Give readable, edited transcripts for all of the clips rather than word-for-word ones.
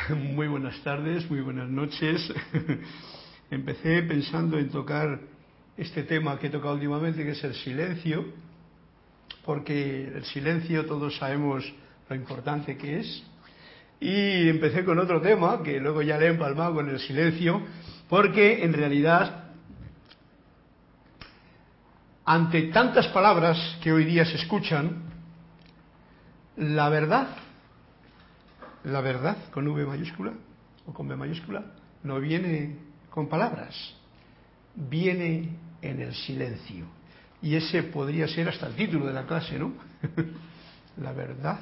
Muy buenas tardes, muy buenas noches. Empecé pensando en tocar este tema que he tocado últimamente, que es el silencio, porque el silencio todos sabemos lo importante que es. Y empecé con otro tema, que luego ya le he empalmado con el silencio, porque en realidad, ante tantas palabras que hoy día se escuchan, la verdad con V mayúscula o con B mayúscula, no viene con palabras, viene en el silencio. Y ese podría ser hasta el título de la clase, ¿no? La verdad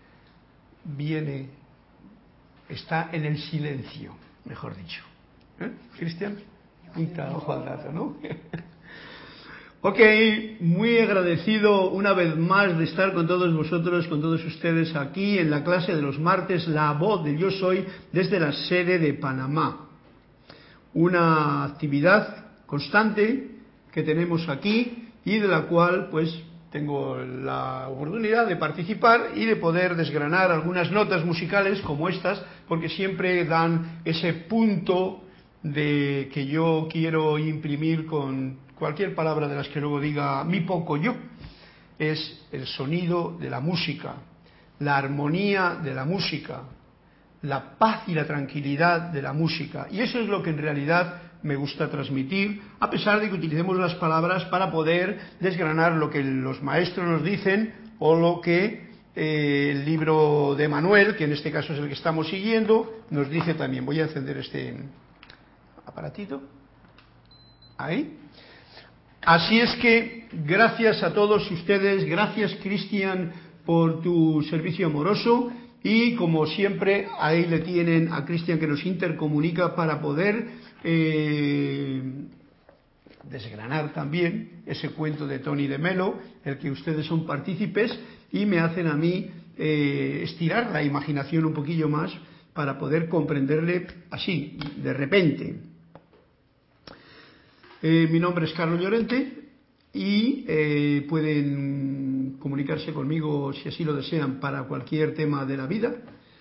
está en el silencio, mejor dicho. Cristian, punta ojo al dato, ¿no? Ok, muy agradecido una vez más de estar con todos vosotros, con todos ustedes aquí en la clase de los martes, La Voz del Yo Soy, desde la sede de Panamá. Una actividad constante que tenemos aquí y de la cual pues tengo la oportunidad de participar y de poder desgranar algunas notas musicales como estas, porque siempre dan ese punto de que yo quiero imprimir con cualquier palabra de las que luego diga mi poco yo. Es el sonido de la música, la armonía de la música, la paz y la tranquilidad de la música. Y eso es lo que en realidad me gusta transmitir, a pesar de que utilicemos las palabras para poder desgranar lo que los maestros nos dicen o lo que el libro de Manuel, que en este caso es el que estamos siguiendo, nos dice también. Voy a encender este aparatito. Ahí. Así es que gracias a todos ustedes, gracias Cristian por tu servicio amoroso y como siempre ahí le tienen a Cristian que nos intercomunica para poder desgranar también ese cuento de Tony de Melo, el que ustedes son partícipes y me hacen a mí estirar la imaginación un poquillo más para poder comprenderle así, de repente. Mi nombre es Carlos Llorente y pueden comunicarse conmigo si así lo desean para cualquier tema de la vida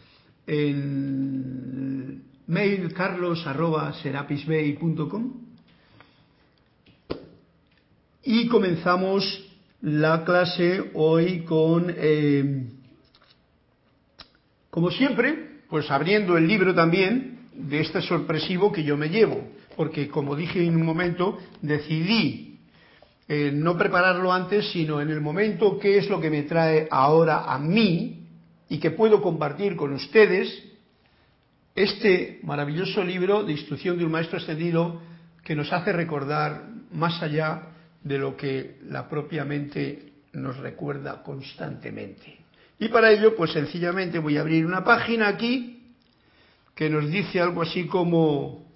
en mail carlos@serapisbay.com y comenzamos la clase hoy con como siempre pues abriendo el libro también de este sorpresivo que yo me llevo, porque como dije en un momento, decidí no prepararlo antes, sino en el momento qué es lo que me trae ahora a mí y que puedo compartir con ustedes este maravilloso libro de instrucción de un maestro ascendido que nos hace recordar más allá de lo que la propia mente nos recuerda constantemente. Y para ello, pues sencillamente voy a abrir una página aquí que nos dice algo así como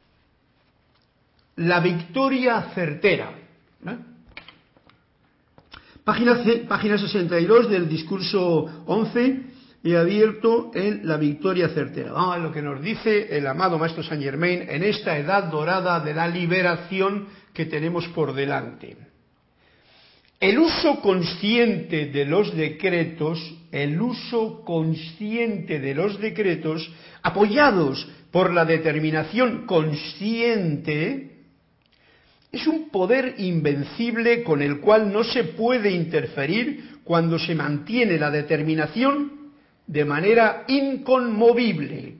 la victoria certera. Página 62 del discurso 11, he abierto en la victoria certera. Vamos a lo que nos dice el amado Maestro Saint Germain en esta edad dorada de la liberación que tenemos por delante. El uso consciente de los decretos, apoyados por la determinación consciente, es un poder invencible con el cual no se puede interferir cuando se mantiene la determinación de manera inconmovible.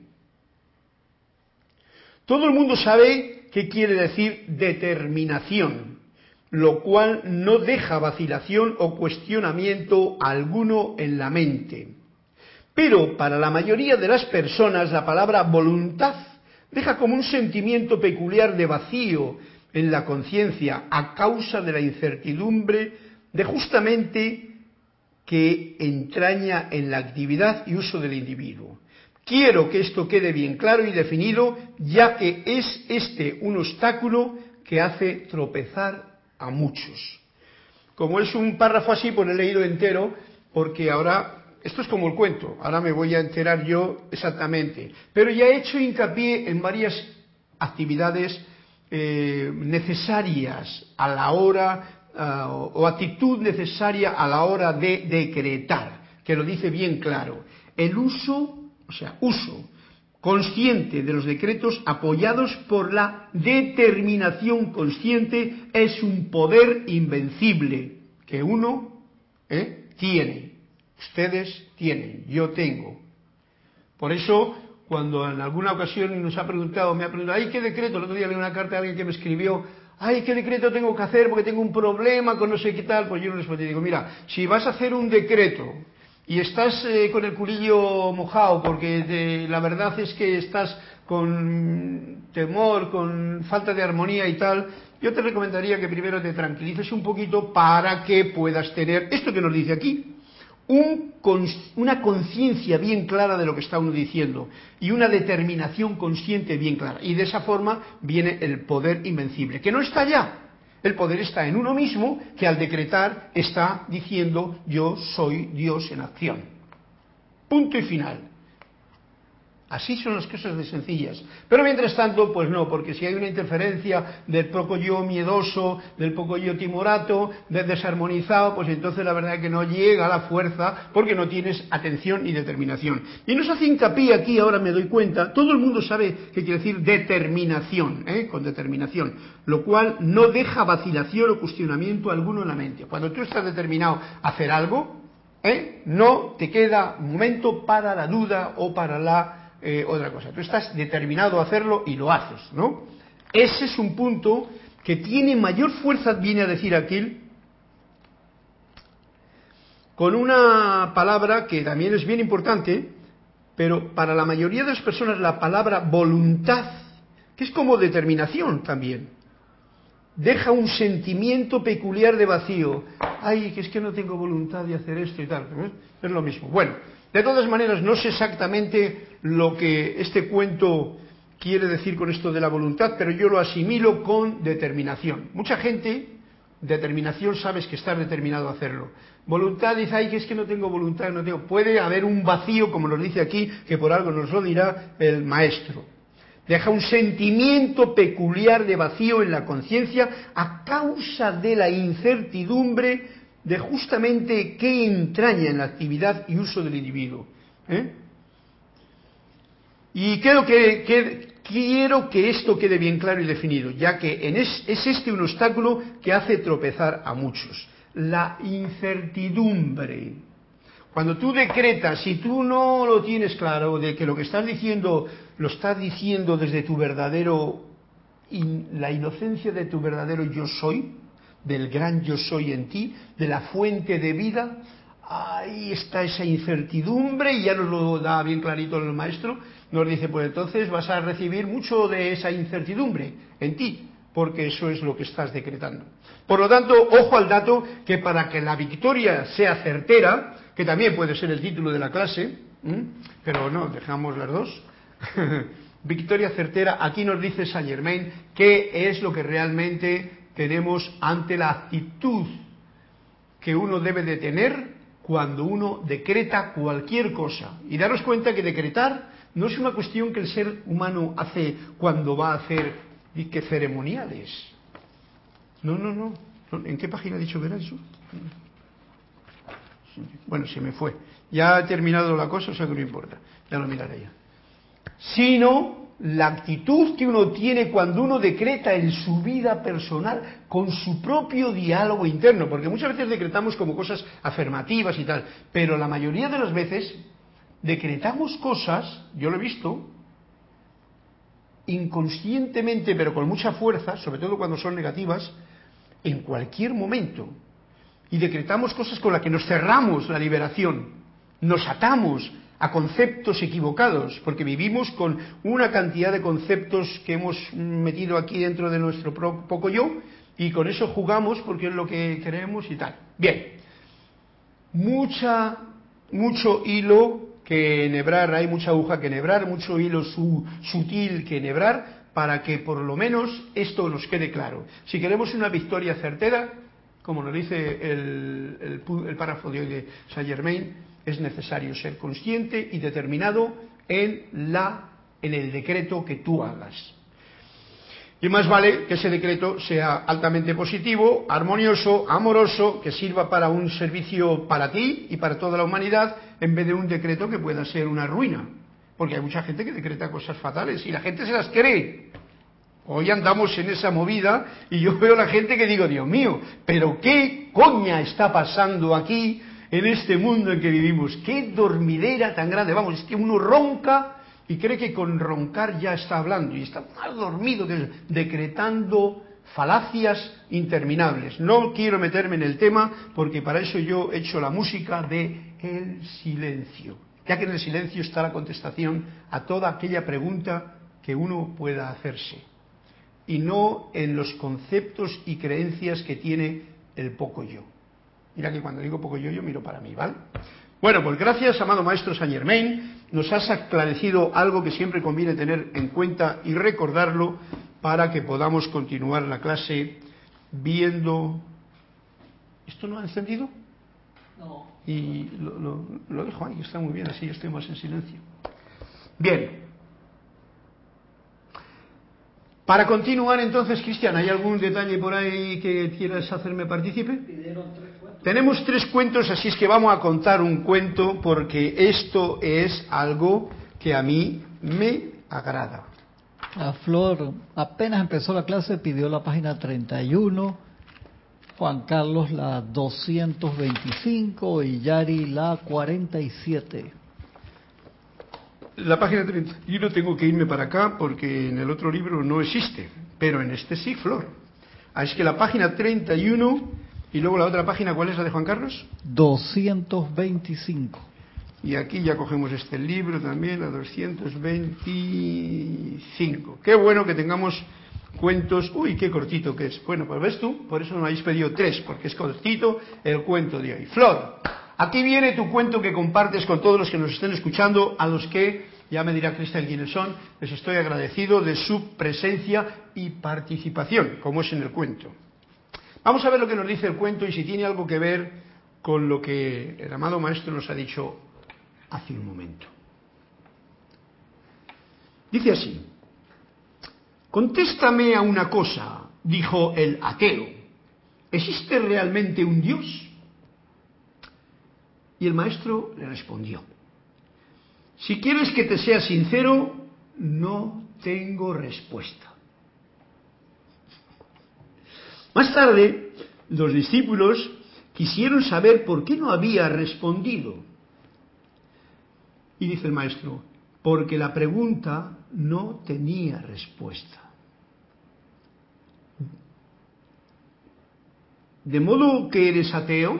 Todo el mundo sabe qué quiere decir determinación, lo cual no deja vacilación o cuestionamiento alguno en la mente. Pero para la mayoría de las personas la palabra voluntad deja como un sentimiento peculiar de vacío en la conciencia a causa de la incertidumbre de justamente que entraña en la actividad y uso del individuo. Quiero que esto quede bien claro y definido, ya que es este un obstáculo que hace tropezar a muchos. Como es un párrafo así, pues lo he leído entero, porque ahora, esto es como el cuento, ahora me voy a enterar yo exactamente, pero ya he hecho hincapié en varias actividades necesarias a la hora, o actitud necesaria a la hora de decretar, que lo dice bien claro. El uso, o sea, uso consciente de los decretos apoyados por la determinación consciente es un poder invencible que uno tiene, ustedes tienen, yo tengo. Por eso, cuando en alguna ocasión me ha preguntado, ay, ¿qué decreto? El otro día leí una carta de alguien que me escribió, ay, ¿qué decreto tengo que hacer porque tengo un problema con no sé qué tal? Pues yo le respondí, digo, mira, si vas a hacer un decreto y estás con el culillo mojado porque la verdad es que estás con temor, con falta de armonía y tal, yo te recomendaría que primero te tranquilices un poquito para que puedas tener esto que nos dice aquí. Una conciencia bien clara de lo que está uno diciendo y una determinación consciente bien clara. Y de esa forma viene el poder invencible, que no está allá. El poder está en uno mismo, que al decretar está diciendo yo soy Dios en acción. Punto y final. Así son las cosas de sencillas. Pero mientras tanto, pues no, porque si hay una interferencia del poco yo miedoso, del poco yo timorato, del desarmonizado, pues entonces la verdad es que no llega a la fuerza porque no tienes atención ni determinación. Y nos hace hincapié aquí, ahora me doy cuenta, todo el mundo sabe qué quiere decir determinación, con determinación, lo cual no deja vacilación o cuestionamiento alguno en la mente. Cuando tú estás determinado a hacer algo, no te queda momento para la duda o para la otra cosa. Tú estás determinado a hacerlo y lo haces, ¿no? Ese es un punto que tiene mayor fuerza, viene a decir aquí, con una palabra que también es bien importante, pero para la mayoría de las personas la palabra voluntad, que es como determinación también, deja un sentimiento peculiar de vacío. Ay, que es que no tengo voluntad de hacer esto y tal. Es lo mismo. Bueno, de todas maneras, no sé exactamente lo que este cuento quiere decir con esto de la voluntad, pero yo lo asimilo con determinación. Mucha gente, determinación, sabes que estás determinado a hacerlo. Voluntad, dice, ay, que es que no tengo voluntad, no tengo. Puede haber un vacío, como nos dice aquí, que por algo nos lo dirá el maestro. Deja un sentimiento peculiar de vacío en la conciencia a causa de la incertidumbre de justamente qué entraña en la actividad y uso del individuo. Y quiero que esto quede bien claro y definido, ya que es este un obstáculo que hace tropezar a muchos. La incertidumbre. Cuando tú decretas, si tú no lo tienes claro de que lo que estás diciendo lo estás diciendo desde tu verdadero, la inocencia de tu verdadero yo soy, del gran yo soy en ti, de la fuente de vida, ahí está esa incertidumbre y ya nos lo da bien clarito el maestro, nos dice, pues entonces vas a recibir mucho de esa incertidumbre en ti, porque eso es lo que estás decretando. Por lo tanto, ojo al dato que para que la victoria sea certera, que también puede ser el título de la clase, pero no, dejamos las dos. Victoria certera, aquí nos dice Saint Germain qué es lo que realmente tenemos ante la actitud que uno debe de tener cuando uno decreta cualquier cosa. Y daros cuenta que decretar no es una cuestión que el ser humano hace cuando va a hacer ceremoniales. No. ¿En qué página he dicho que era eso? Bueno, se me fue. Ya ha terminado la cosa, o sea que no importa. Ya lo miraré ya. Sino la actitud que uno tiene cuando uno decreta en su vida personal con su propio diálogo interno, porque muchas veces decretamos como cosas afirmativas y tal, pero la mayoría de las veces decretamos cosas, yo lo he visto, inconscientemente pero con mucha fuerza, sobre todo cuando son negativas, en cualquier momento. Y decretamos cosas con las que nos cerramos la liberación, nos atamos a conceptos equivocados, porque vivimos con una cantidad de conceptos que hemos metido aquí dentro de nuestro poco yo, y con eso jugamos porque es lo que queremos y tal. Bien, mucho hilo que enhebrar, hay mucha aguja que enhebrar, mucho hilo sutil que enhebrar, para que por lo menos esto nos quede claro. Si queremos una victoria certera, como nos dice el párrafo de hoy de Saint Germain, es necesario ser consciente y determinado en el decreto que tú hagas. Y más vale que ese decreto sea altamente positivo, armonioso, amoroso, que sirva para un servicio para ti y para toda la humanidad, en vez de un decreto que pueda ser una ruina. porque hay mucha gente que decreta cosas fatales y la gente se las cree. Hoy andamos en esa movida y yo veo a la gente que digo, Dios mío, pero qué coña está pasando aquí en este mundo en que vivimos, qué dormidera tan grande. Vamos, es que uno ronca y cree que con roncar ya está hablando y está más dormido que decretando falacias interminables. No quiero meterme en el tema porque para eso yo he hecho la música de el silencio, ya que en el silencio está la contestación a toda aquella pregunta que uno pueda hacerse, y no en los conceptos y creencias que tiene el poco yo. Mira que cuando digo poco yo miro para mí, ¿vale? Bueno, pues gracias, amado Maestro Saint Germain, nos has esclarecido algo que siempre conviene tener en cuenta y recordarlo para que podamos continuar la clase viendo... ¿Esto no ha encendido? No. Y lo dejo ahí, está muy bien, así yo estoy más en silencio. Bien. Para continuar entonces, Cristian, ¿hay algún detalle por ahí que quieras hacerme partícipe? Pidieron 3 cuentos. Tenemos 3 cuentos, así es que vamos a contar un cuento porque esto es algo que a mí me agrada. A Flor apenas empezó la clase pidió la página 31, Juan Carlos la 225 y Yari la 47. La página 31 tengo que irme para acá porque en el otro libro no existe, pero en este sí, Flor. Es que la página 31 y luego la otra página, ¿cuál es la de Juan Carlos? 225. Y aquí ya cogemos este libro también, la 225. Qué bueno que tengamos cuentos. Uy, qué cortito que es. Bueno, pues ves tú, por eso me habéis pedido 3, porque es cortito el cuento de hoy. Flor, aquí viene tu cuento que compartes con todos los que nos estén escuchando, a los que, ya me dirá Cristian quiénes son, les estoy agradecido de su presencia y participación, como es en el cuento. Vamos a ver lo que nos dice el cuento y si tiene algo que ver con lo que el amado maestro nos ha dicho hace un momento. Dice así: contéstame a una cosa, dijo el ateo, ¿existe realmente un Dios? Y el maestro le respondió: si quieres que te sea sincero, no tengo respuesta. Más tarde, los discípulos quisieron saber por qué no había respondido. Y dice el maestro: porque la pregunta no tenía respuesta. ¿De modo que eres ateo?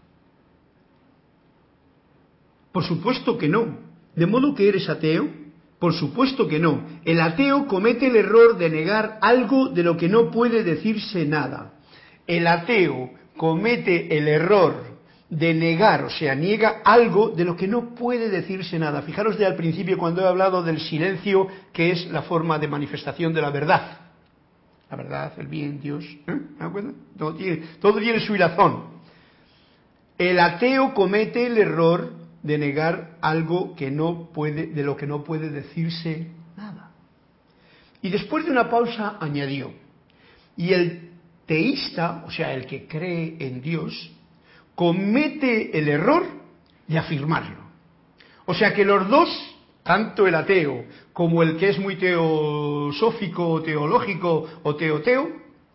Por supuesto que no. ¿De modo que eres ateo? Por supuesto que no. El ateo comete el error de negar algo de lo que no puede decirse nada. El ateo comete el error de negar, o sea, niega algo de lo que no puede decirse nada. Fijaros de al principio cuando he hablado del silencio, que es la forma de manifestación de la verdad. La verdad, el bien, Dios. ¿Me da cuenta? Todo tiene su hilazón. El ateo comete el error de negar algo que no puede, de lo que no puede decirse nada. Y después de una pausa añadió: y el teísta, o sea, el que cree en Dios, comete el error de afirmarlo. O sea que los dos, tanto el ateo como el que es muy teosófico, teológico o teoteo,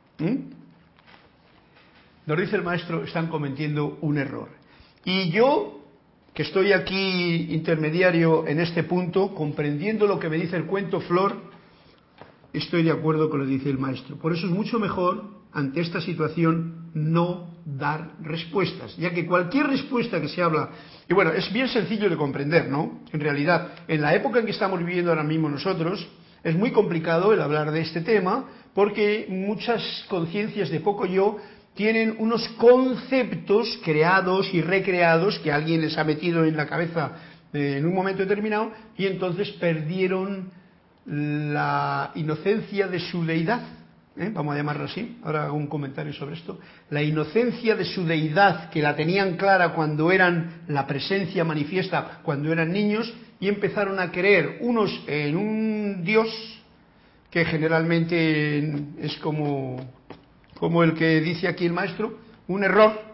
nos dice el maestro, están cometiendo un error. Y yo, que estoy aquí intermediario en este punto, comprendiendo lo que me dice el cuento, Flor, estoy de acuerdo con lo que dice el maestro. Por eso es mucho mejor, ante esta situación, no dar respuestas, ya que cualquier respuesta que se habla, y bueno, es bien sencillo de comprender, ¿no? En realidad, en la época en que estamos viviendo ahora mismo nosotros, es muy complicado el hablar de este tema, porque muchas conciencias de poco yo tienen unos conceptos creados y recreados que alguien les ha metido en la cabeza en un momento determinado, y entonces perdieron la inocencia de su deidad, vamos a llamarlo así, ahora hago un comentario sobre esto, la inocencia de su deidad, que la tenían clara cuando eran la presencia manifiesta, cuando eran niños, y empezaron a creer unos en un Dios que generalmente es como el que dice aquí el maestro, un error,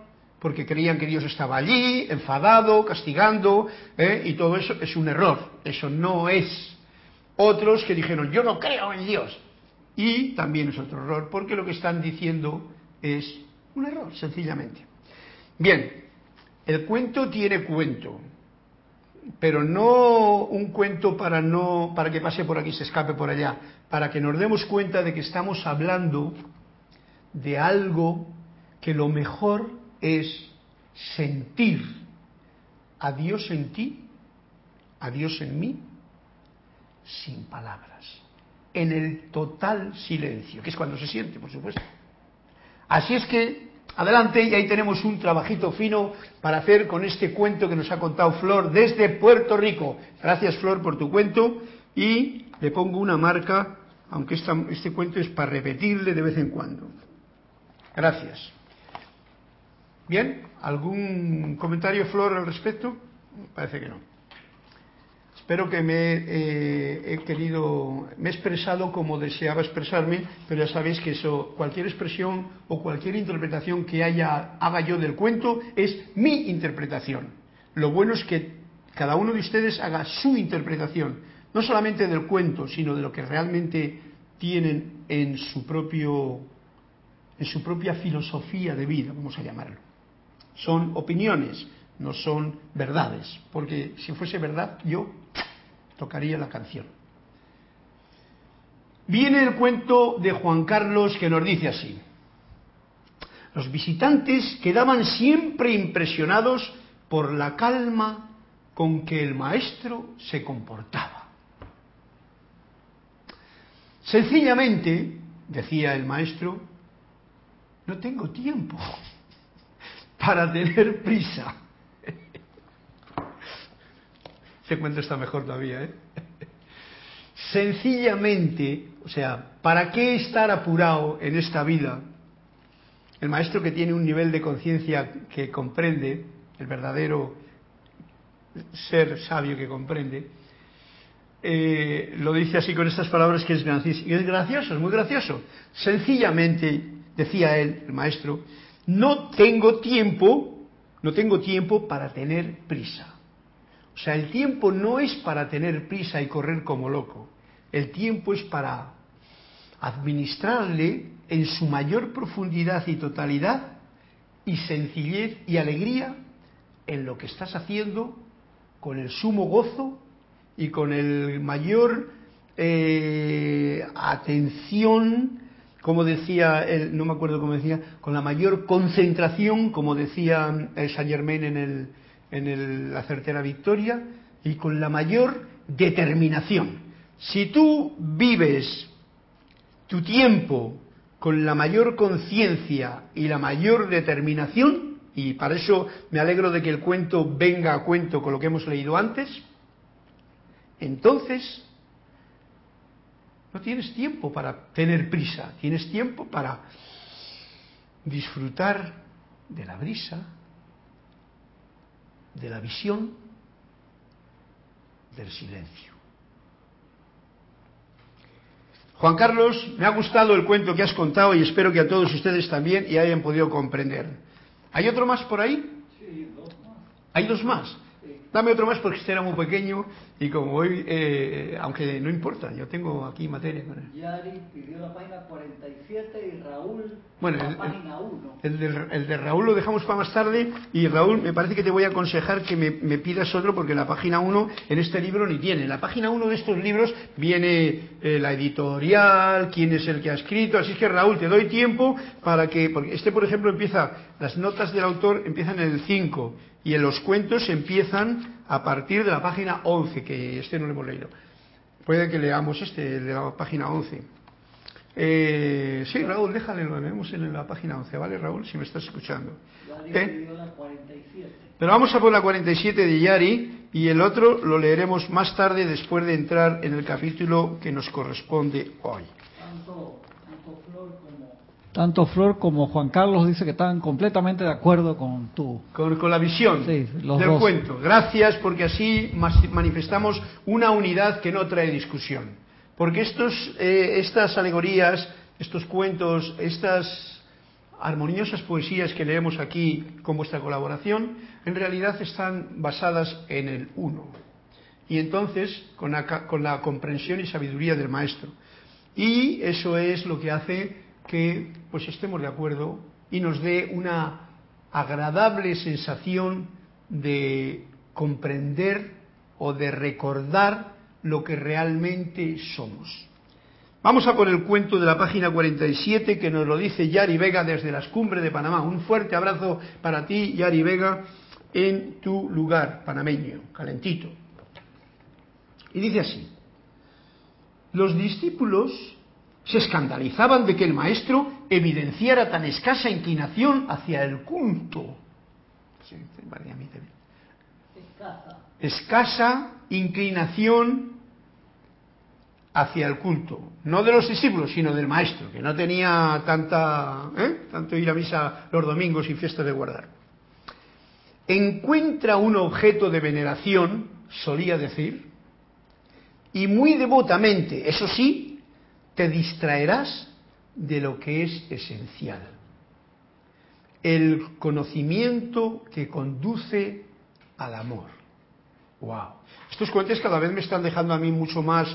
porque creían que Dios estaba allí, enfadado, castigando, y todo eso es un error, eso no es. Otros que dijeron, yo no creo en Dios, y también es otro error, porque lo que están diciendo es un error, sencillamente. Bien, el cuento tiene cuento, pero no un cuento para que pase por aquí y se escape por allá, para que nos demos cuenta de que estamos hablando de algo que lo mejor es sentir a Dios en ti, a Dios en mí, sin palabras, en el total silencio, que es cuando se siente, por supuesto. Así es que, adelante, y ahí tenemos un trabajito fino para hacer con este cuento que nos ha contado Flor desde Puerto Rico. Gracias, Flor, por tu cuento, y le pongo una marca, aunque este cuento es para repetirle de vez en cuando. Gracias. Bien, ¿algún comentario, Flor, al respecto? Parece que no. Espero que me he expresado como deseaba expresarme, pero ya sabéis que eso, cualquier expresión o cualquier interpretación que haga yo del cuento es mi interpretación. Lo bueno es que cada uno de ustedes haga su interpretación, no solamente del cuento, sino de lo que realmente tienen en su propia filosofía de vida, vamos a llamarlo. Son opiniones, no son verdades, porque si fuese verdad yo tocaría la canción. Viene el cuento de Juan Carlos que nos dice así: los visitantes quedaban siempre impresionados por la calma con que el maestro se comportaba. Sencillamente, decía el maestro, no tengo tiempo para tener prisa. Ese cuento está mejor todavía, Sencillamente, o sea, ¿para qué estar apurado en esta vida? El maestro que tiene un nivel de conciencia que comprende, el verdadero ser sabio que comprende, lo dice así con estas palabras que es gracioso, es muy gracioso. Sencillamente, decía él, el maestro, no tengo tiempo para tener prisa. O sea, el tiempo no es para tener prisa y correr como loco. El tiempo es para administrarle en su mayor profundidad y totalidad y sencillez y alegría en lo que estás haciendo, con el sumo gozo y con el mayor atención, como decía él, no me acuerdo cómo decía, con la mayor concentración, como decía Saint Germain en la certera victoria, y con la mayor determinación. Si tú vives tu tiempo con la mayor conciencia y la mayor determinación, y para eso me alegro de que el cuento venga a cuento con lo que hemos leído antes, entonces no tienes tiempo para tener prisa, tienes tiempo para disfrutar de la brisa, de la visión, del silencio. Juan Carlos, me ha gustado el cuento que has contado y espero que a todos ustedes también y hayan podido comprender. ¿Hay otro más por ahí? Sí, dos más. ¿Hay dos más? Sí. Dame otro más porque este era muy pequeño y como hoy, aunque no importa, yo tengo aquí materia con él. Yari pidió la página 47 y Raúl la página 1. El de Raúl lo dejamos para más tarde y Raúl, me parece que te voy a aconsejar que me pidas otro porque la página 1 en este libro ni tiene. En la página 1 de estos libros viene la editorial, quién es el que ha escrito, así es que Raúl, te doy tiempo para que, porque este por ejemplo las notas del autor empiezan en el 5 y en los cuentos empiezan a partir de la página 11, que este no lo hemos leído. Puede que leamos el de la página 11. Sí, Raúl, déjale, lo leemos en la página 11, ¿vale, Raúl? Si me estás escuchando. La 47. Pero vamos a por la 47 de Yari y el otro lo leeremos más tarde después de entrar en el capítulo que nos corresponde hoy. Tanto Flor como Juan Carlos dice que están completamente de acuerdo con con la visión del dos. Cuento. Gracias, porque así manifestamos una unidad que no trae discusión. Porque estas alegorías, estos cuentos, estas armoniosas poesías que leemos aquí con vuestra colaboración, en realidad están basadas en el uno. Y entonces, con la comprensión y sabiduría del maestro. Y eso es lo que hace que pues estemos de acuerdo y nos dé una agradable sensación de comprender o de recordar lo que realmente somos. Vamos a por el cuento de la página 47 que nos lo dice Yari Vega desde las Cumbres de Panamá. Un fuerte abrazo para ti, Yari Vega, en tu lugar panameño, calentito. Y dice así: los discípulos se escandalizaban de que el maestro evidenciara tan escasa inclinación hacia el culto. Escasa inclinación hacia el culto, no de los discípulos, sino del maestro, que no tenía tanto ir a misa los domingos y fiestas de guardar. Encuentra un objeto de veneración, solía decir, y muy devotamente, eso sí, te distraerás de lo que es esencial. El conocimiento que conduce al amor. ¡Wow! Estos cuentos cada vez me están dejando a mí mucho más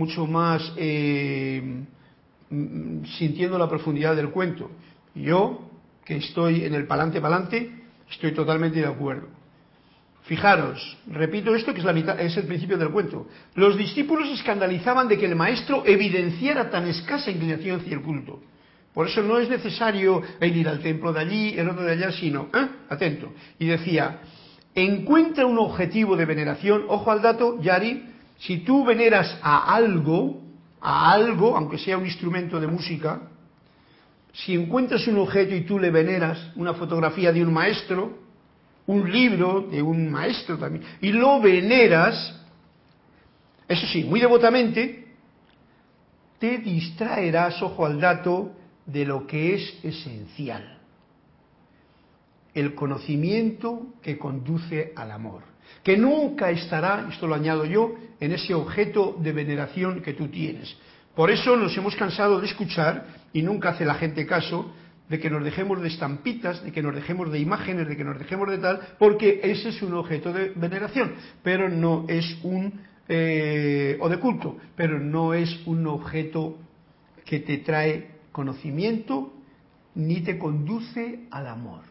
sintiendo la profundidad del cuento. Yo, que estoy en el pa'lante, estoy totalmente de acuerdo. Fijaros, repito esto que es el principio del cuento. Los discípulos se escandalizaban de que el maestro evidenciara tan escasa inclinación hacia el culto. Por eso no es necesario ir al templo de allí, el otro de allá, sino, atento. Y decía, encuentra un objetivo de veneración, ojo al dato, Yari, si tú veneras a algo, aunque sea un instrumento de música, si encuentras un objeto y tú le veneras, una fotografía de un maestro, un libro de un maestro también, y lo veneras, eso sí, muy devotamente, te distraerás, ojo al dato, de lo que es esencial. El conocimiento que conduce al amor, que nunca estará, esto lo añado yo, en ese objeto de veneración que tú tienes. Por eso nos hemos cansado de escuchar, y nunca hace la gente caso, de que nos dejemos de estampitas, de que nos dejemos de imágenes, de que nos dejemos de tal, porque ese es un objeto de veneración, pero no es o de culto, pero no es un objeto que te trae conocimiento ni te conduce al amor.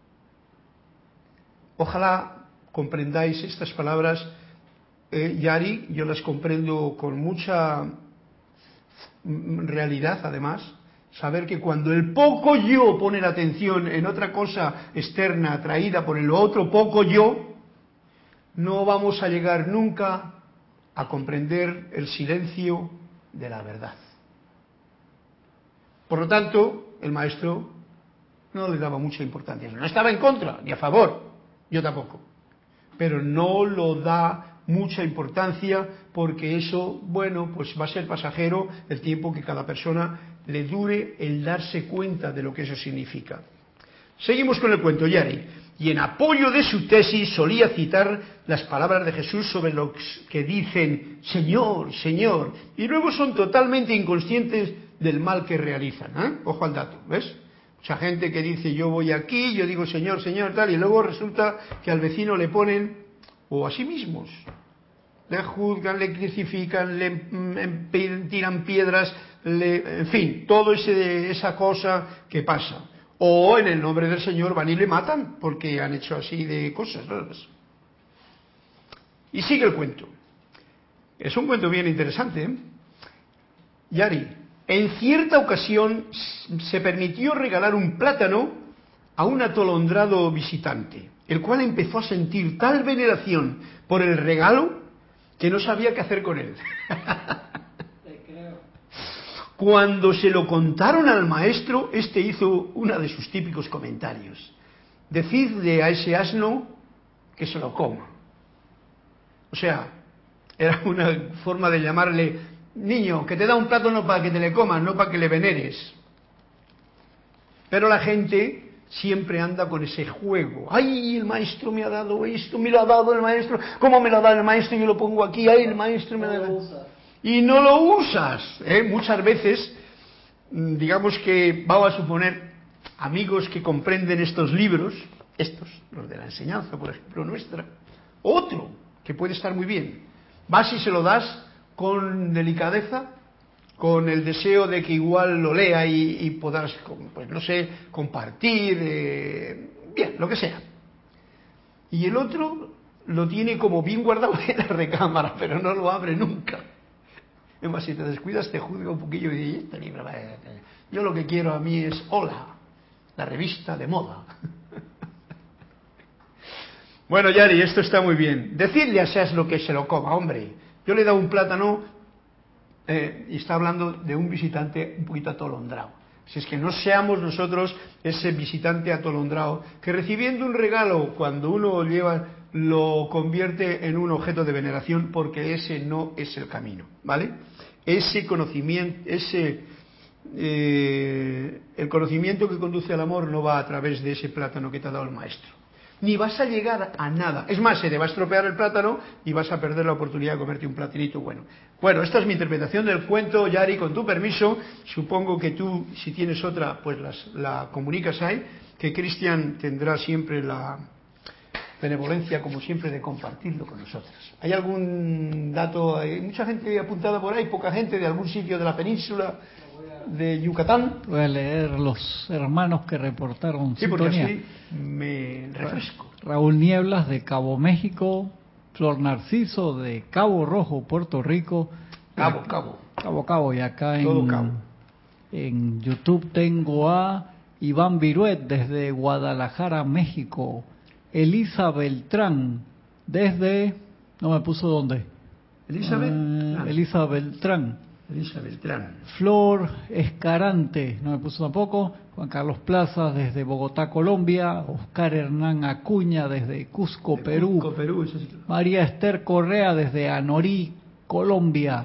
Ojalá comprendáis estas palabras, Yari, yo las comprendo con mucha realidad además. Saber que cuando el poco yo pone la atención en otra cosa externa atraída por el otro poco yo, no vamos a llegar nunca a comprender el silencio de la verdad. Por lo tanto, el maestro no le daba mucha importancia. No estaba en contra, ni a favor, yo tampoco. Pero no lo da mucha importancia porque eso, bueno, pues va a ser pasajero el tiempo que cada persona le dure el darse cuenta de lo que eso significa. Seguimos con el cuento, Yari. Y en apoyo de su tesis solía citar las palabras de Jesús sobre los que dicen Señor, Señor, y luego son totalmente inconscientes del mal que realizan. Ojo al dato, ¿ves? Mucha gente que dice yo voy aquí, yo digo Señor, Señor, tal, y luego resulta que al vecino le ponen, o a sí mismos, le juzgan, le crucifican, le tiran piedras, en fin, todo esa cosa que pasa. O en el nombre del Señor van y le matan porque han hecho así de cosas raras. Y sigue el cuento. Es un cuento bien interesante, ¿eh? Yari, en cierta ocasión se permitió regalar un plátano a un atolondrado visitante, el cual empezó a sentir tal veneración por el regalo que no sabía qué hacer con él. Cuando se lo contaron al maestro, este hizo uno de sus típicos comentarios: decidle a ese asno que se lo coma. O sea, era una forma de llamarle: niño, que te da un plátano para que te le comas, no para que le veneres. Pero la gente siempre anda con ese juego. ¡Ay, el maestro me ha dado esto! ¡Me lo ha dado el maestro! ¿Cómo me lo ha dado el maestro? Yo lo pongo aquí. ¡Ay, el maestro me lo ha dado! Y no lo usas. Muchas veces, digamos que vamos a suponer, amigos que comprenden estos libros, los de la enseñanza, por ejemplo, nuestra, otro que puede estar muy bien, vas y se lo das con delicadeza, con el deseo de que igual lo lea y puedas, pues no sé, compartir, bien, lo que sea. Y el otro lo tiene como bien guardado en la recámara, pero no lo abre nunca. Es más, si te descuidas te juzga un poquillo y dices, este libro, yo lo que quiero a mí es Hola, la revista de moda. Bueno, Yari, esto está muy bien. Decidle a Seas lo que se lo coma, hombre. Yo le he dado un plátano y está hablando de un visitante un poquito atolondrado. Si es que no seamos nosotros ese visitante atolondrado que recibiendo un regalo cuando uno lleva lo convierte en un objeto de veneración, porque ese no es el camino, ¿vale? Ese conocimiento, el conocimiento que conduce al amor no va a través de ese plátano que te ha dado el maestro. Ni vas a llegar a nada. Es más, se te va a estropear el plátano y vas a perder la oportunidad de comerte un platinito bueno. Bueno, esta es mi interpretación del cuento, Yari, con tu permiso. Supongo que tú, si tienes otra, pues la comunicas ahí, que Cristian tendrá siempre la benevolencia, como siempre, de compartirlo con nosotros. ¿Hay algún dato? Hay mucha gente apuntada por ahí, poca gente de algún sitio de la península de Yucatán. Voy a leer los hermanos que reportaron Sí, porque sintonía. así me refresco. Raúl Nieblas de Cabo México, Flor Narciso de Cabo Rojo, Puerto Rico. Cabo, y acá en YouTube tengo a Iván Viruet desde Guadalajara, México. Elisa Beltrán desde... no me puso dónde. Elisa Beltrán. Flor Escarante, no me puso tampoco. Juan Carlos Plazas desde Bogotá, Colombia. Oscar Hernán Acuña desde Cusco, Perú. María Esther Correa desde Anorí, Colombia.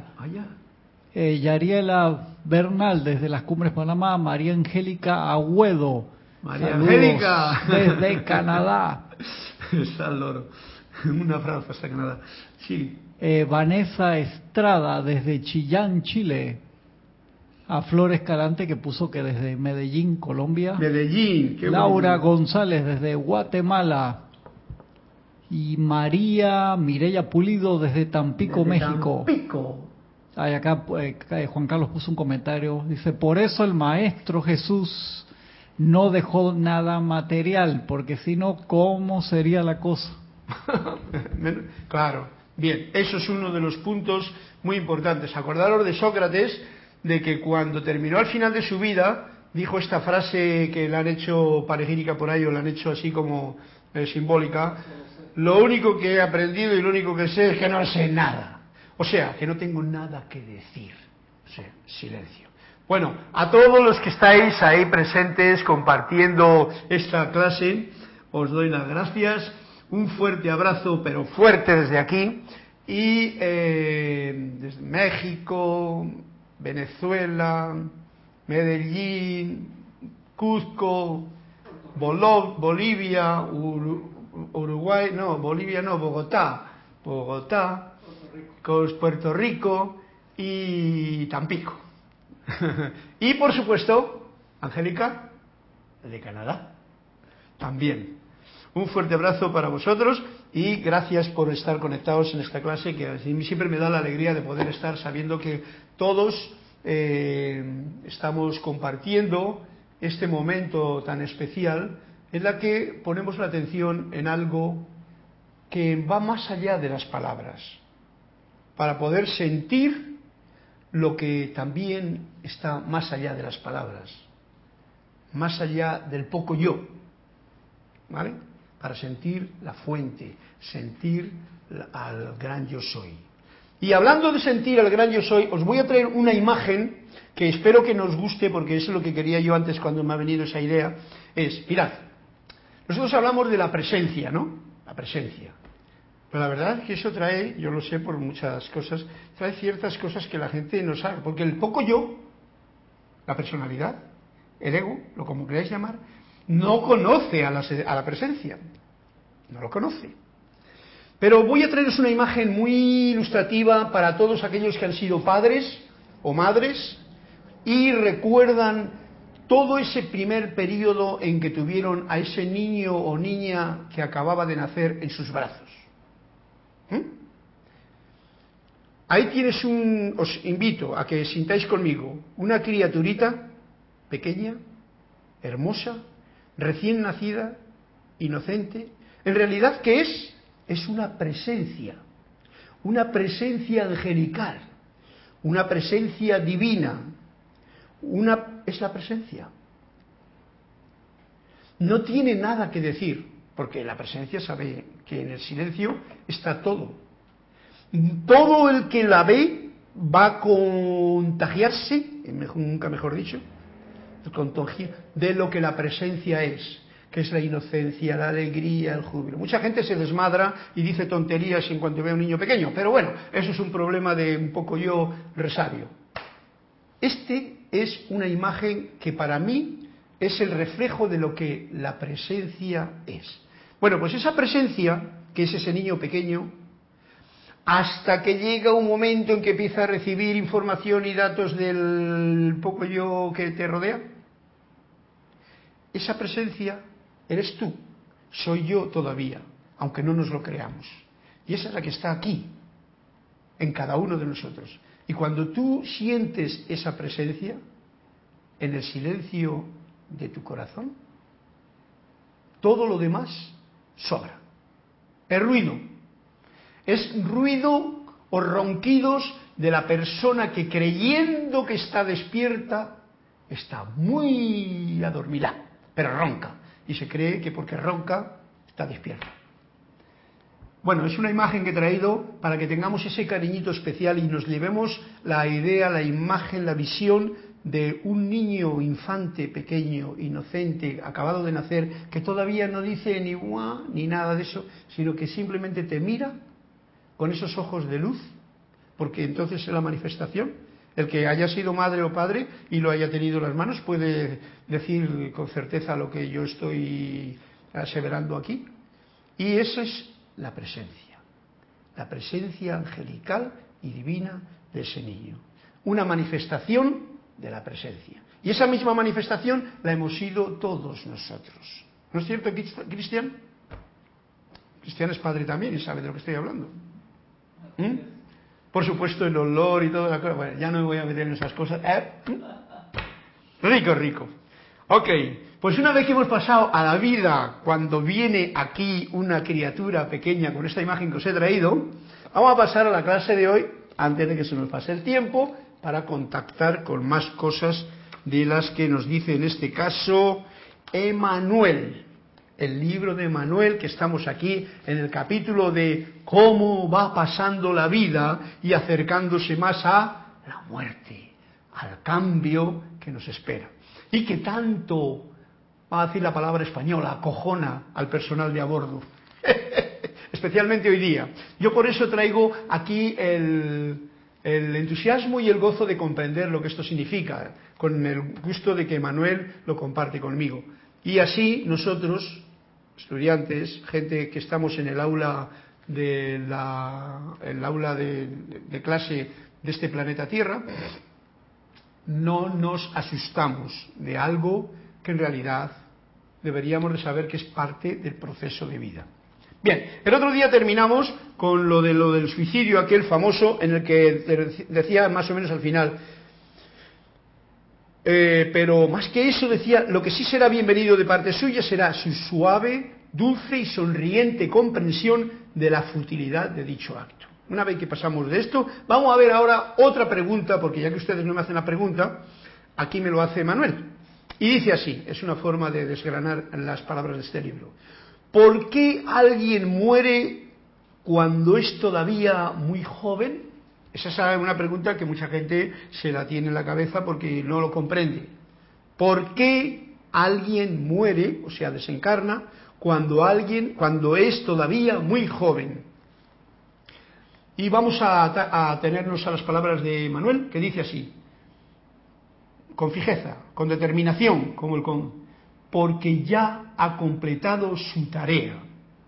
Yariela Bernal desde Las Cumbres, Panamá. María Angélica Agüedo. María Angélica desde Canadá. Loro. Una frase hasta Canadá. Sí. Vanessa Estrada desde Chillán, Chile. A Flor Escalante, que puso que desde Medellín, Colombia. Qué Laura bonito. González desde Guatemala. Y Mireya Pulido desde Tampico, México. Ay, acá Juan Carlos puso un comentario. Dice, por eso el Maestro Jesús no dejó nada material, porque si no, ¿cómo sería la cosa? Claro. Bien, eso es uno de los puntos muy importantes. Acordaros de Sócrates, de que cuando terminó al final de su vida, dijo esta frase que la han hecho panegírica por ahí, o la han hecho así como simbólica: lo único que he aprendido y lo único que sé es que no sé nada. O sea, que no tengo nada que decir. O sea, silencio. Bueno, a todos los que estáis ahí presentes compartiendo esta clase, os doy las gracias. Un fuerte abrazo, pero fuerte desde aquí, y desde México, Venezuela, Medellín, Cuzco, Bolivia, Uruguay, no, Bolivia no, Bogotá, Puerto Rico y Tampico. Y por supuesto, Angélica, de Canadá, también. Un fuerte abrazo para vosotros y gracias por estar conectados en esta clase, que a mí siempre me da la alegría de poder estar sabiendo que todos estamos compartiendo este momento tan especial en la que ponemos la atención en algo que va más allá de las palabras, para poder sentir lo que también está más allá de las palabras, más allá del poco yo, ¿vale? Para sentir la fuente, sentir al gran yo soy. Y hablando de sentir al gran yo soy, os voy a traer una imagen que espero que nos guste, porque eso es lo que quería yo antes cuando me ha venido esa idea. Mirad, nosotros hablamos de la presencia, ¿no? La presencia. Pero la verdad es que eso trae, yo lo sé por muchas cosas, trae ciertas cosas que la gente no sabe, porque el poco yo, la personalidad, el ego, lo como queráis llamar, no conoce a la presencia, no lo conoce. Pero voy a traeros una imagen muy ilustrativa para todos aquellos que han sido padres o madres y recuerdan todo ese primer periodo en que tuvieron a ese niño o niña que acababa de nacer en sus brazos. Ahí tienes os invito a que sintáis conmigo, una criaturita pequeña, hermosa, recién nacida, inocente. En realidad, ¿qué es? Es una presencia angelical, una presencia divina, es la presencia. No tiene nada que decir, porque la presencia sabe que en el silencio está todo. Todo el que la ve va a contagiarse, nunca mejor dicho, de lo que la presencia es, que es la inocencia, la alegría, el júbilo. Mucha gente se desmadra y dice tonterías en cuanto ve a un niño pequeño, pero bueno, eso es un problema de un poco yo resabio. Este es una imagen que para mí es el reflejo de lo que la presencia es. Bueno, pues esa presencia, que es ese niño pequeño, hasta que llega un momento en que empieza a recibir información y datos del poco yo que te rodea, esa presencia eres tú, soy yo todavía, aunque no nos lo creamos. Y esa es la que está aquí, en cada uno de nosotros. Y cuando tú sientes esa presencia, en el silencio de tu corazón, todo lo demás sobra. Es ruido. Es ruido o ronquidos de la persona que, creyendo que está despierta, está muy adormilada, pero ronca. Y se cree que porque ronca está despierta. Bueno, es una imagen que he traído para que tengamos ese cariñito especial y nos llevemos la idea, la imagen, la visión de un niño infante, pequeño, inocente, acabado de nacer, que todavía no dice ni guau ni nada de eso, sino que simplemente te mira con esos ojos de luz, porque entonces es la manifestación. El que haya sido madre o padre y lo haya tenido en las manos puede decir con certeza lo que yo estoy aseverando aquí. Y eso es la presencia angelical y divina de ese niño. Una manifestación de la presencia. Y esa misma manifestación la hemos sido todos nosotros. ¿No es cierto, Cristian? Cristian es padre también y sabe de lo que estoy hablando. Por supuesto, el olor y toda la cosa. Bueno, ya no me voy a meter en esas cosas. Rico. Ok, pues una vez que hemos pasado a la vida, cuando viene aquí una criatura pequeña con esta imagen que os he traído, vamos a pasar a la clase de hoy, antes de que se nos pase el tiempo, para contactar con más cosas de las que nos dice en este caso Emmanuel. El libro de Emmanuel, que estamos aquí en el capítulo de cómo va pasando la vida y acercándose más a la muerte, al cambio que nos espera. Y que tanto, va a decir la palabra española, acojona al personal de a bordo. Especialmente hoy día. Yo por eso traigo aquí el entusiasmo y el gozo de comprender lo que esto significa, con el gusto de que Emmanuel lo comparte conmigo. Y así nosotros, estudiantes, gente que estamos en el aula de clase de este planeta Tierra, no nos asustamos de algo que en realidad deberíamos de saber que es parte del proceso de vida. Bien, el otro día terminamos con lo del suicidio, aquel famoso, en el que decía más o menos al final, pero más que eso decía, lo que sí será bienvenido de parte suya será su suave, dulce y sonriente comprensión de la futilidad de dicho acto. Una vez que pasamos de esto, vamos a ver ahora otra pregunta, porque ya que ustedes no me hacen la pregunta, aquí me lo hace Manuel. Y dice así, es una forma de desgranar las palabras de este libro. ¿Por qué alguien muere cuando es todavía muy joven? Esa es una pregunta que mucha gente se la tiene en la cabeza porque no lo comprende. ¿Por qué alguien muere, o sea, desencarna, cuando es todavía muy joven? Y vamos a atenernos a las palabras de Manuel, que dice así, con fijeza, con determinación, porque ya ha completado su tarea.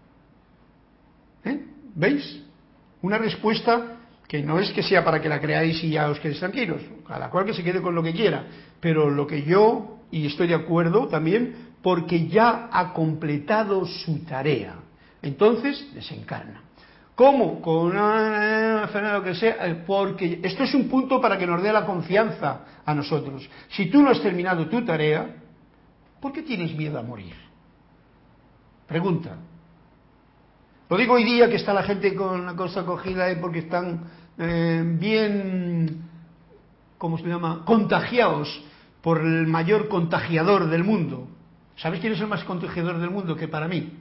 ¿Veis? Una respuesta que no es que sea para que la creáis y ya os quedéis tranquilos, cada cual que se quede con lo que quiera, pero lo que yo y estoy de acuerdo también, porque ya ha completado su tarea. Entonces desencarna. ¿Cómo? Con una enfermedad, lo que sea, porque esto es un punto para que nos dé la confianza a nosotros. Si tú no has terminado tu tarea, ¿por qué tienes miedo a morir? Pregunta. Lo digo hoy día que está la gente con la cosa cogida porque están bien, ¿cómo se llama?, contagiados por el mayor contagiador del mundo. ¿Sabéis quién es el más contagiador del mundo que para mí?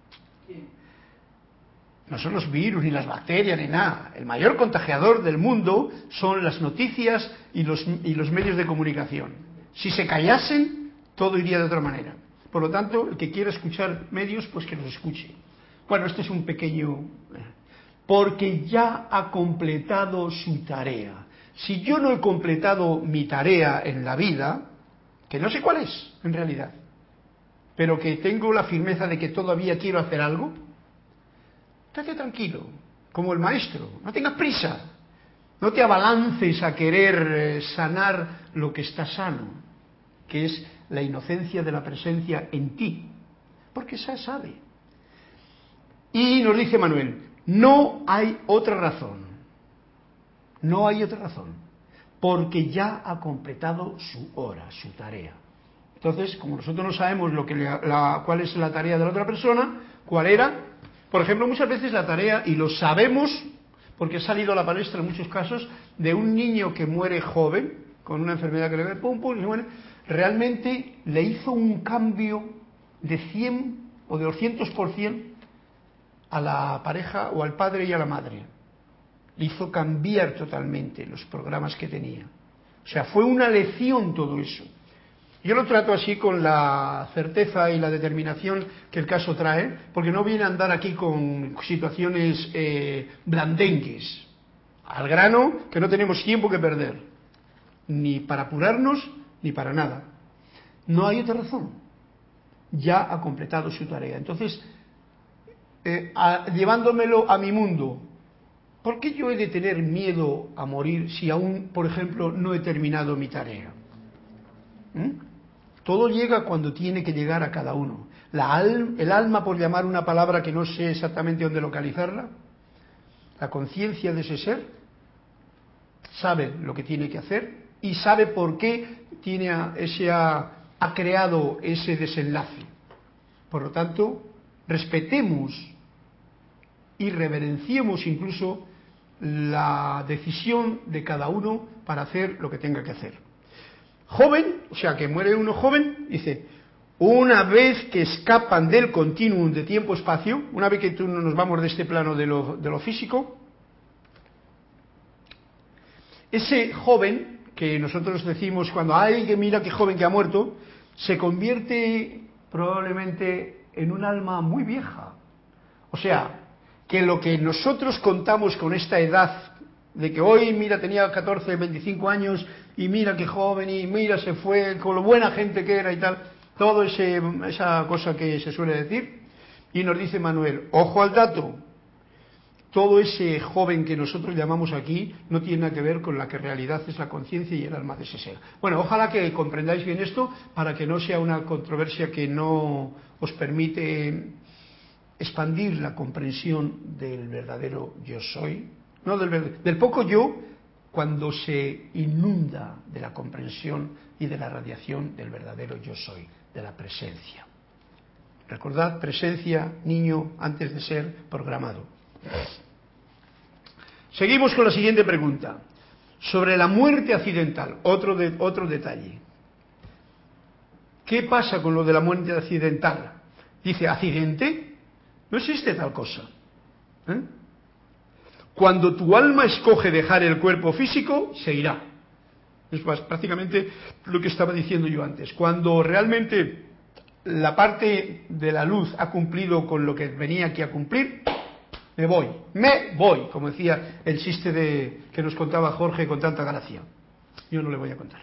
No son los virus, ni las bacterias, ni nada. El mayor contagiador del mundo son las noticias y los medios de comunicación. Si se callasen, todo iría de otra manera. Por lo tanto, el que quiera escuchar medios, pues que los escuche. Bueno, este es un pequeño... Porque ya ha completado su tarea. Si yo no he completado mi tarea en la vida, que no sé cuál es, en realidad, pero que tengo la firmeza de que todavía quiero hacer algo, estate tranquilo, como el maestro, no tengas prisa, no te abalances a querer sanar lo que está sano, que es la inocencia de la presencia en ti, porque esa sabe. Y nos dice Manuel, no hay otra razón, no hay otra razón, porque ya ha completado su hora, su tarea. Entonces, como nosotros no sabemos cuál es la tarea de la otra persona, cuál era, por ejemplo, muchas veces la tarea, y lo sabemos, porque ha salido a la palestra en muchos casos, de un niño que muere joven, con una enfermedad que le ve pum, pum, y se muere, realmente le hizo un cambio de 100 o de 200% a la pareja o al padre y a la madre. Le hizo cambiar totalmente los programas que tenía. O sea, fue una lección todo eso. Yo lo trato así con la certeza y la determinación que el caso trae, porque no viene a andar aquí con situaciones blandengues. Al grano, que no tenemos tiempo que perder, ni para apurarnos, ni para nada. No hay otra razón. Ya ha completado su tarea. Entonces, llevándomelo a mi mundo, ¿por qué yo he de tener miedo a morir si aún, por ejemplo, no he terminado mi tarea? Todo llega cuando tiene que llegar a cada uno. El alma, por llamar una palabra que no sé exactamente dónde localizarla, la conciencia de ese ser, sabe lo que tiene que hacer y sabe por qué ha creado ese desenlace. Por lo tanto, respetemos y reverenciemos incluso la decisión de cada uno para hacer lo que tenga que hacer. Joven, o sea que muere uno joven, dice, una vez que escapan del continuum de tiempo-espacio, una vez que nos vamos de este plano de lo físico, ese joven, que nosotros decimos cuando, ¡ay, que mira qué joven que ha muerto!, se convierte probablemente en un alma muy vieja. O sea, que lo que nosotros contamos con esta edad, de que hoy, mira, tenía 14, 25 años, y mira qué joven, y mira, se fue, con lo buena gente que era y tal, todo esa cosa que se suele decir, y nos dice Manuel, ojo al dato, todo ese joven que nosotros llamamos aquí no tiene nada que ver con la que en realidad es la conciencia y el alma de ese ser. Bueno, ojalá que comprendáis bien esto, para que no sea una controversia que no os permite expandir la comprensión del verdadero yo soy, no del poco yo, cuando se inunda de la comprensión y de la radiación del verdadero yo soy, de la presencia. Recordad, presencia, niño, antes de ser programado. Seguimos con la siguiente pregunta, sobre la muerte accidental, otro detalle. ¿Qué pasa con lo de la muerte accidental? Dice, ¿accidente? No existe tal cosa. Cuando tu alma escoge dejar el cuerpo físico, se irá. Es prácticamente lo que estaba diciendo yo antes. Cuando realmente la parte de la luz ha cumplido con lo que venía aquí a cumplir, me voy, como decía el chiste que nos contaba Jorge con tanta gracia. Yo no le voy a contar.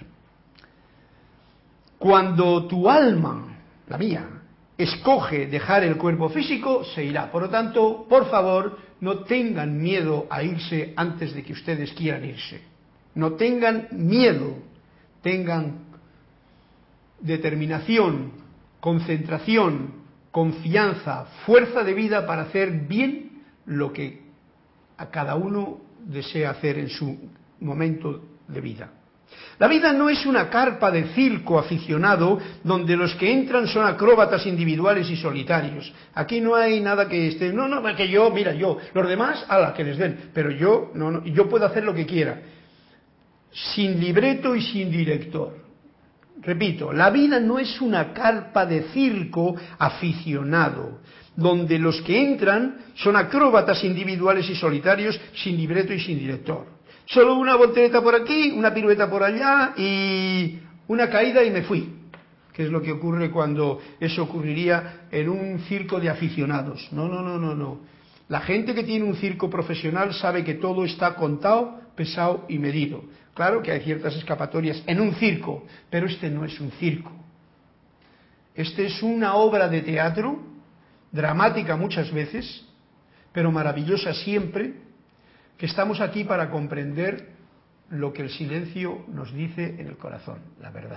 Cuando tu alma, la mía, escoge dejar el cuerpo físico, se irá. Por lo tanto, por favor, no tengan miedo a irse antes de que ustedes quieran irse. No tengan miedo, tengan determinación, concentración, confianza, fuerza de vida para hacer bien lo que a cada uno desea hacer en su momento de vida. La vida no es una carpa de circo aficionado donde los que entran son acróbatas individuales y solitarios. Aquí no hay nada que esté, no, que yo, mira, yo, los demás, ala, que les den, pero yo, no, yo puedo hacer lo que quiera, sin libreto y sin director. Repito, la vida no es una carpa de circo aficionado, donde los que entran son acróbatas individuales y solitarios, sin libreto y sin director. Solo una voltereta por aquí, una pirueta por allá y una caída y me fui. Que es lo que ocurre cuando eso ocurriría en un circo de aficionados. No. La gente que tiene un circo profesional sabe que todo está contado, pesado y medido. Claro que hay ciertas escapatorias en un circo, pero este no es un circo. Este es una obra de teatro, dramática muchas veces, pero maravillosa siempre, que estamos aquí para comprender lo que el silencio nos dice en el corazón, la verdad.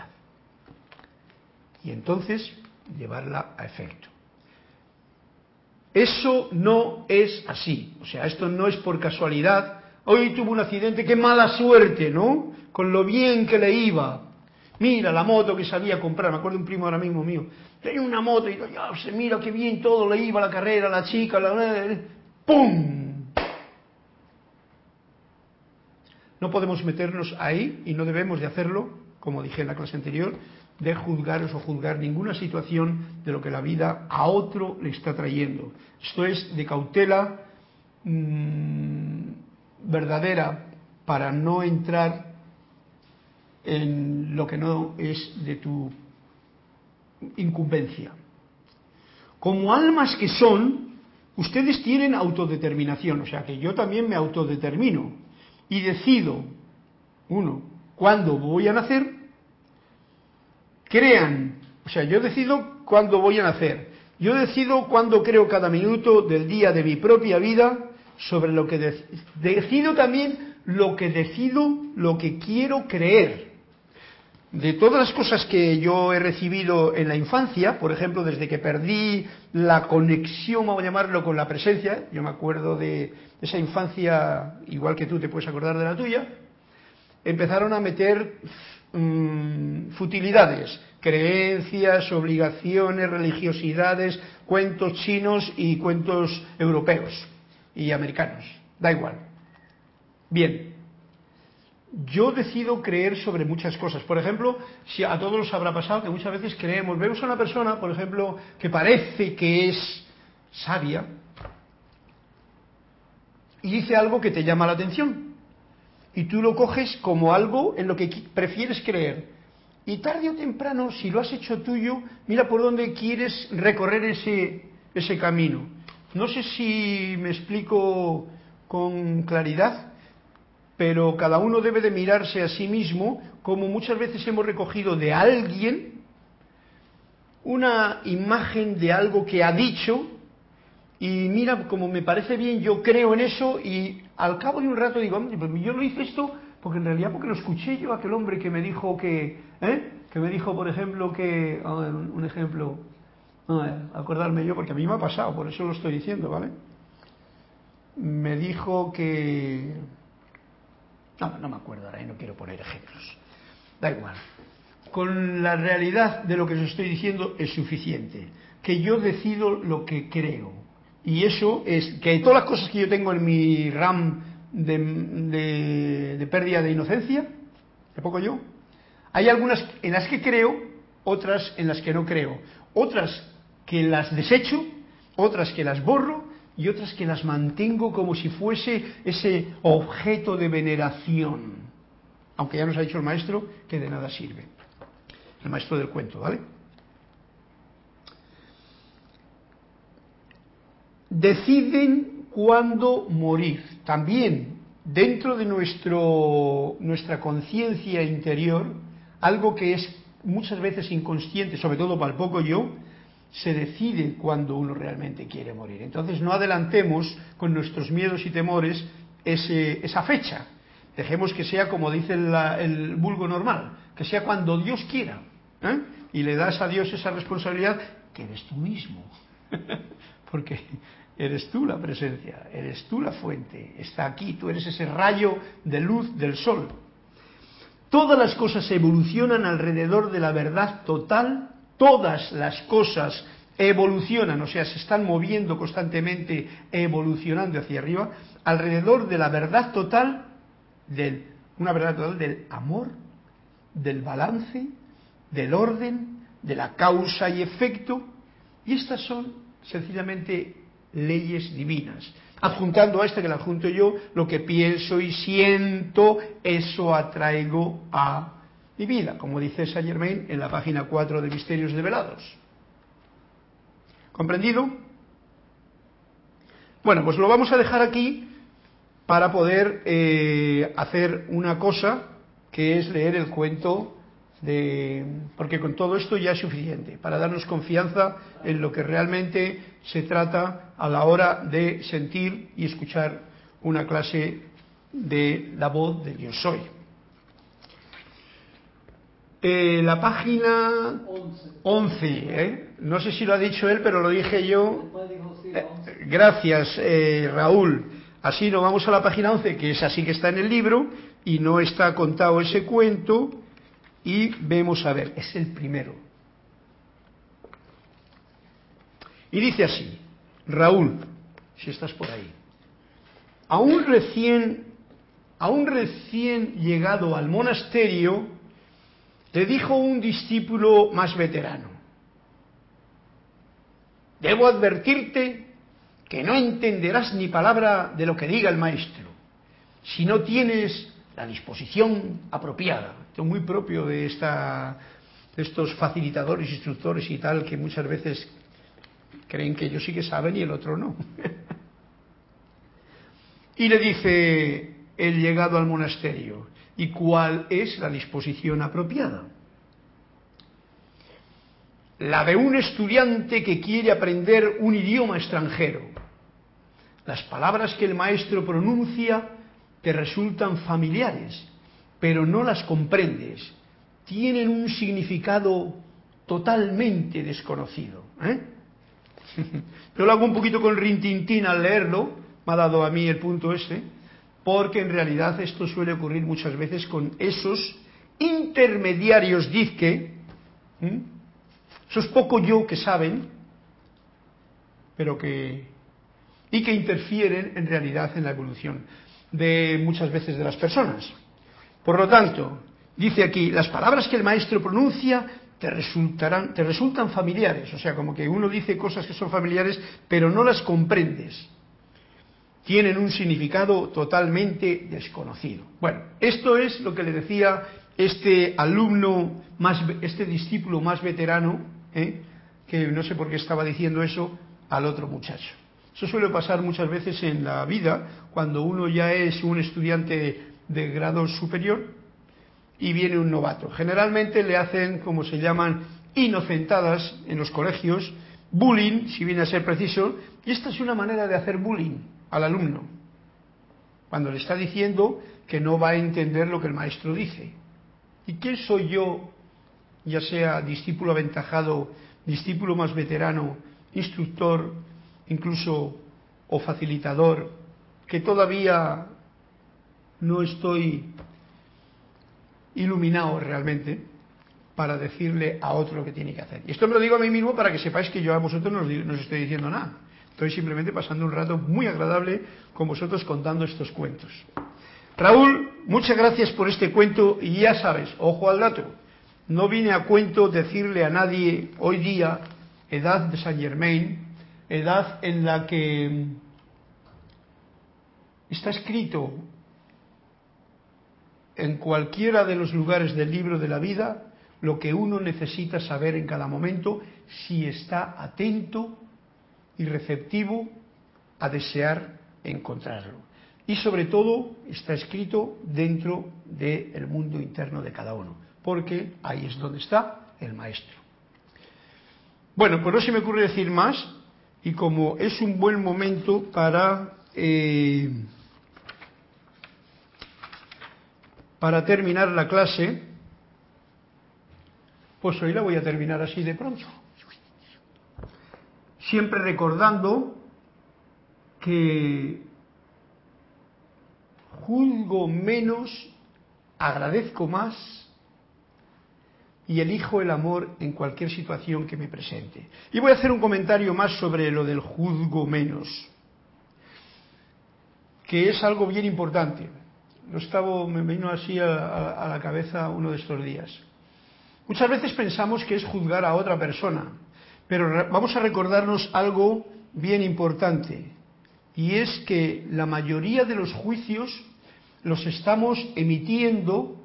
Y entonces llevarla a efecto. Eso no es así, o sea, esto no es por casualidad. Hoy tuvo un accidente, qué mala suerte, ¿no? Con lo bien que le iba. Mira la moto que sabía comprar, me acuerdo de un primo ahora mismo mío. Tenía una moto y digo, ya, mira qué bien todo le iba, la carrera, la chica, ¡pum! No podemos meternos ahí y no debemos de hacerlo, como dije en la clase anterior, de juzgaros o juzgar ninguna situación de lo que la vida a otro le está trayendo. Esto es de cautela verdadera para no entrar en lo que no es de tu incumbencia. Como almas que son, ustedes tienen autodeterminación, o sea que yo también me autodetermino. Y decido, uno, cuándo voy a nacer, crean, o sea, yo decido cuándo voy a nacer, yo decido cuándo creo cada minuto del día de mi propia vida, sobre lo que decido también lo que quiero creer. De todas las cosas que yo he recibido en la infancia, por ejemplo, desde que perdí la conexión, vamos a llamarlo, con la presencia, yo me acuerdo de esa infancia, igual que tú te puedes acordar de la tuya, empezaron a meter futilidades, creencias, obligaciones, religiosidades, cuentos chinos y cuentos europeos y americanos, da igual. Bien. Yo decido creer sobre muchas cosas. Por ejemplo, si a todos nos habrá pasado que muchas veces creemos, vemos a una persona, por ejemplo, que parece que es sabia y dice algo que te llama la atención y tú lo coges como algo en lo que prefieres creer. Y tarde o temprano, si lo has hecho tuyo, mira por dónde quieres recorrer ese camino. No sé si me explico con claridad, pero cada uno debe de mirarse a sí mismo, como muchas veces hemos recogido de alguien una imagen de algo que ha dicho, y mira, como me parece bien, yo creo en eso, y al cabo de un rato digo, hombre, pues yo lo hice esto, porque en realidad porque lo escuché yo a aquel hombre que me dijo que me dijo, por ejemplo, que, un ejemplo, acordarme yo, porque a mí me ha pasado, por eso lo estoy diciendo, ¿vale? Me dijo que... No me acuerdo ahora y no quiero poner ejemplos. Da igual. Con la realidad de lo que os estoy diciendo es suficiente. Que yo decido lo que creo. Y eso es que todas las cosas que yo tengo en mi RAM de pérdida de inocencia, ¿de poco yo? Hay algunas en las que creo, otras en las que no creo. Otras que las desecho, otras que las borro, y otras que las mantengo como si fuese ese objeto de veneración. Aunque ya nos ha dicho el maestro que de nada sirve. El maestro del cuento, ¿vale? Deciden cuándo morir. También dentro de nuestra conciencia interior, algo que es muchas veces inconsciente, sobre todo para el poco yo, se decide cuando uno realmente quiere morir. Entonces no adelantemos con nuestros miedos y temores esa fecha. Dejemos que sea como dice el vulgo normal, que sea cuando Dios quiera. Y le das a Dios esa responsabilidad que eres tú mismo. Porque eres tú la presencia, eres tú la fuente, está aquí, tú eres ese rayo de luz del sol. Todas las cosas evolucionan alrededor de la verdad total, todas las cosas evolucionan, o sea, se están moviendo constantemente, evolucionando hacia arriba, alrededor de la verdad total, una verdad total del amor, del balance, del orden, de la causa y efecto, y estas son sencillamente leyes divinas. Adjuntando a esta que la adjunto yo, lo que pienso y siento, eso atraigo a mi vida, como dice Saint Germain en la página 4 de Misterios Develados. ¿Comprendido? Bueno, pues lo vamos a dejar aquí para poder hacer una cosa, que es leer el cuento porque con todo esto ya es suficiente para darnos confianza en lo que realmente se trata a la hora de sentir y escuchar una clase de la voz de Yo Soy. La página 11, no sé si lo ha dicho él, pero lo dije yo. Gracias, Raúl. Así nos vamos a la página 11, que es así que está en el libro y no está contado ese cuento. Y vemos a ver, es el primero. Y dice así: Raúl, si estás por ahí, aún recién llegado al monasterio, le dijo un discípulo más veterano: debo advertirte que no entenderás ni palabra de lo que diga el maestro, si no tienes la disposición apropiada. Esto es muy propio de estos facilitadores, instructores y tal, que muchas veces creen que ellos sí que saben y el otro no. Y le dice el llegado al monasterio: ¿y cuál es la disposición apropiada? La de un estudiante que quiere aprender un idioma extranjero. Las palabras que el maestro pronuncia te resultan familiares, pero no las comprendes. Tienen un significado totalmente desconocido. Yo lo hago un poquito con rintintín al leerlo, me ha dado a mí el punto ese, porque en realidad esto suele ocurrir muchas veces con esos intermediarios dizque, esos poco yo que saben, pero que interfieren en realidad en la evolución de muchas veces de las personas. Por lo tanto, dice aquí, las palabras que el maestro pronuncia te resultan familiares, o sea, como que uno dice cosas que son familiares, pero no las comprendes. Tienen un significado totalmente desconocido. Bueno, esto es lo que le decía este discípulo más veterano, que no sé por qué estaba diciendo eso, al otro muchacho. Eso suele pasar muchas veces en la vida, cuando uno ya es un estudiante de grado superior y viene un novato. Generalmente le hacen, como se llaman, inocentadas en los colegios, bullying, si viene a ser preciso, y esta es una manera de hacer bullying al alumno, cuando le está diciendo que no va a entender lo que el maestro dice. ¿Y quién soy yo, ya sea discípulo aventajado, discípulo más veterano, instructor, incluso, o facilitador, que todavía no estoy iluminado realmente para decirle a otro lo que tiene que hacer? Y esto me lo digo a mí mismo para que sepáis que yo a vosotros no os estoy diciendo nada. Estoy simplemente pasando un rato muy agradable con vosotros contando estos cuentos. Raúl, muchas gracias por este cuento, y ya sabes, ojo al dato, no vine a cuento decirle a nadie hoy día, edad de Saint Germain, edad en la que está escrito en cualquiera de los lugares del libro de la vida lo que uno necesita saber en cada momento, si está atento y receptivo a desear encontrarlo. Y sobre todo está escrito dentro del mundo interno de cada uno, porque ahí es donde está el maestro. Bueno, pues no se me ocurre decir más, y como es un buen momento para terminar la clase, Pues hoy la voy a terminar así de pronto. Siempre recordando que juzgo menos, agradezco más y elijo el amor en cualquier situación que me presente. Y voy a hacer un comentario más sobre lo del juzgo menos, que es algo bien importante. Me vino así a la cabeza uno de estos días. Muchas veces pensamos que es juzgar a otra persona, pero vamos a recordarnos algo bien importante, y es que la mayoría de los juicios los estamos emitiendo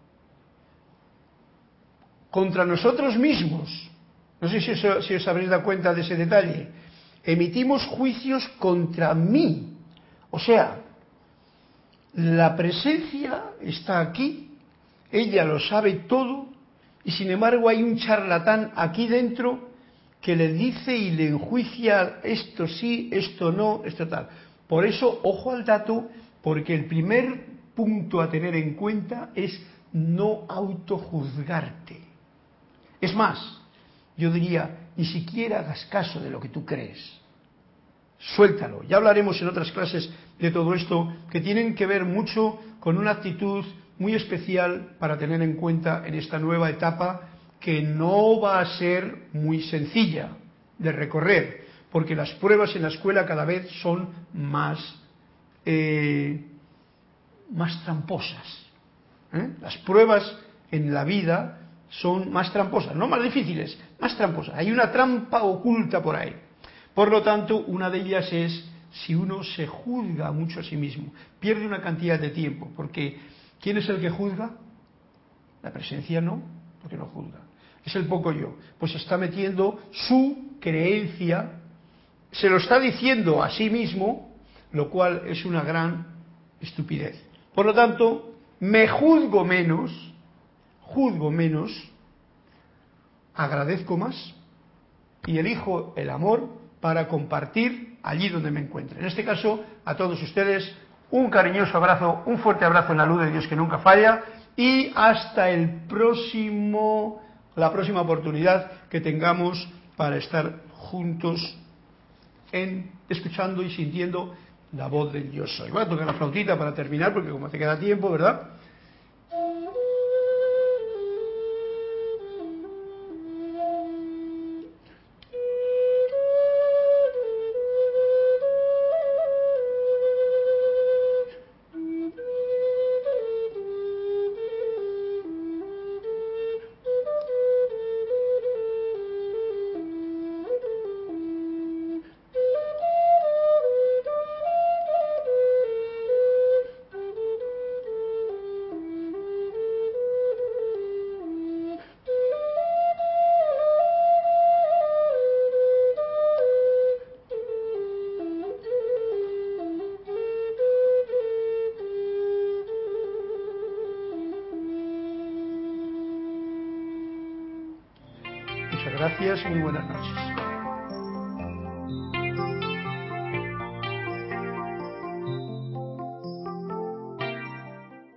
contra nosotros mismos. No sé si os habréis dado cuenta de ese detalle. Emitimos juicios contra mí. O sea, la presencia está aquí, ella lo sabe todo, y sin embargo hay un charlatán aquí dentro que le dice y le enjuicia esto sí, esto no, esto tal. Por eso, ojo al dato, porque el primer punto a tener en cuenta es no autojuzgarte. Es más, yo diría, ni siquiera hagas caso de lo que tú crees. Suéltalo. Ya hablaremos en otras clases de todo esto, que tienen que ver mucho con una actitud muy especial para tener en cuenta en esta nueva etapa, que no va a ser muy sencilla de recorrer, porque las pruebas en la escuela cada vez son más tramposas. Las pruebas en la vida son más tramposas, no más difíciles, más tramposas. Hay una trampa oculta por ahí. Por lo tanto, una de ellas es si uno se juzga mucho a sí mismo, pierde una cantidad de tiempo, porque ¿quién es el que juzga? La presencia no, porque no juzga. Es el poco yo. Pues está metiendo su creencia, se lo está diciendo a sí mismo, lo cual es una gran estupidez. Por lo tanto, me juzgo menos, agradezco más y elijo el amor para compartir allí donde me encuentre. En este caso, a todos ustedes, un cariñoso abrazo, un fuerte abrazo en la luz de Dios que nunca falla, y hasta la próxima oportunidad que tengamos para estar juntos escuchando y sintiendo la voz del Yo Soy. Voy a tocar la flautita para terminar, porque como te queda tiempo, ¿verdad? Muchas gracias y muy buenas noches.